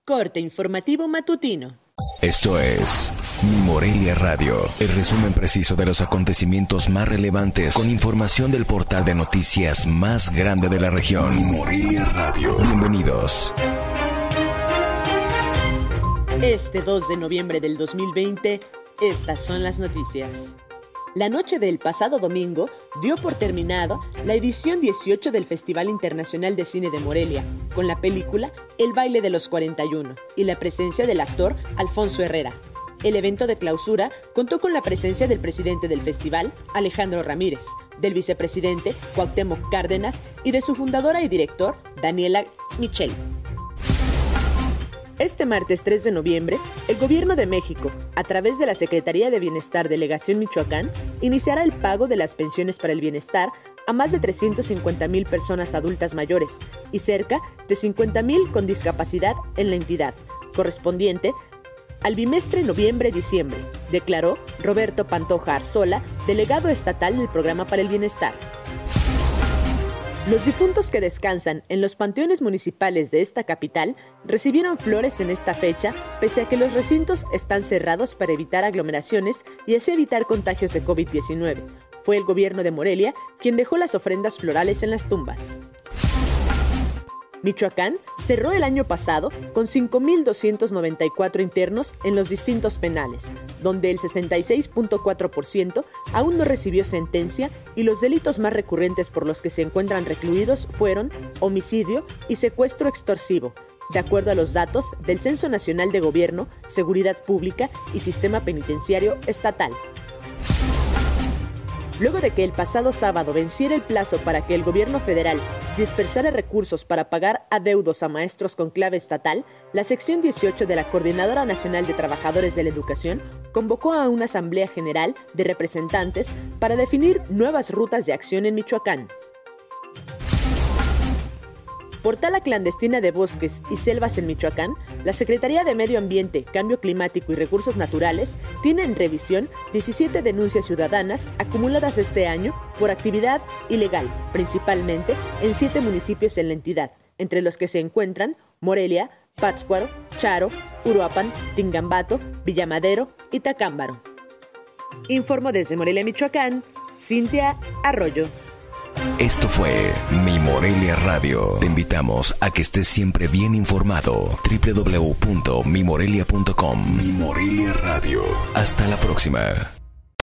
Corte informativo matutino. Esto es Mi Morelia Radio, el resumen preciso de los acontecimientos más relevantes con información del portal de noticias más grande de la región. Mi Morelia Radio. Bienvenidos. Este 2 de noviembre del 2020, estas son las noticias. La noche del pasado domingo dio por terminado la edición 18 del Festival Internacional de Cine de Morelia, con la película El baile de los 41 y la presencia del actor Alfonso Herrera. El evento de clausura contó con la presencia del presidente del festival, Alejandro Ramírez, del vicepresidente, Cuauhtémoc Cárdenas, y de su fundadora y director, Daniela Michel. Este martes 3 de noviembre, el Gobierno de México, a través de la Secretaría de Bienestar Delegación Michoacán, iniciará el pago de las pensiones para el bienestar a más de 350,000 personas adultas mayores y cerca de 50,000 con discapacidad en la entidad, correspondiente al bimestre noviembre-diciembre, declaró Roberto Pantoja Arzola, delegado estatal del Programa para el Bienestar. Los difuntos que descansan en los panteones municipales de esta capital recibieron flores en esta fecha, pese a que los recintos están cerrados para evitar aglomeraciones y así evitar contagios de COVID-19. Fue el gobierno de Morelia quien dejó las ofrendas florales en las tumbas. Michoacán cerró el año pasado con 5,294 internos en los distintos penales, donde el 66.4% aún no recibió sentencia y los delitos más recurrentes por los que se encuentran recluidos fueron homicidio y secuestro extorsivo, de acuerdo a los datos del Censo Nacional de Gobierno, Seguridad Pública y Sistema Penitenciario Estatal. Luego de que el pasado sábado venciera el plazo para que el gobierno federal dispersara recursos para pagar adeudos a maestros con clave estatal, la sección 18 de la Coordinadora Nacional de Trabajadores de la Educación convocó a una asamblea general de representantes para definir nuevas rutas de acción en Michoacán. Por tala clandestina de bosques y selvas en Michoacán, la Secretaría de Medio Ambiente, Cambio Climático y Recursos Naturales tiene en revisión 17 denuncias ciudadanas acumuladas este año por actividad ilegal, principalmente en 7 municipios en la entidad, entre los que se encuentran Morelia, Pátzcuaro, Charo, Uruapan, Tingambato, Villamadero y Tacámbaro. Informó desde Morelia, Michoacán, Cintia Arroyo. Esto fue Mi Morelia Radio. Te invitamos a que estés siempre bien informado. www.mimorelia.com. Mi Morelia Radio. Hasta la próxima.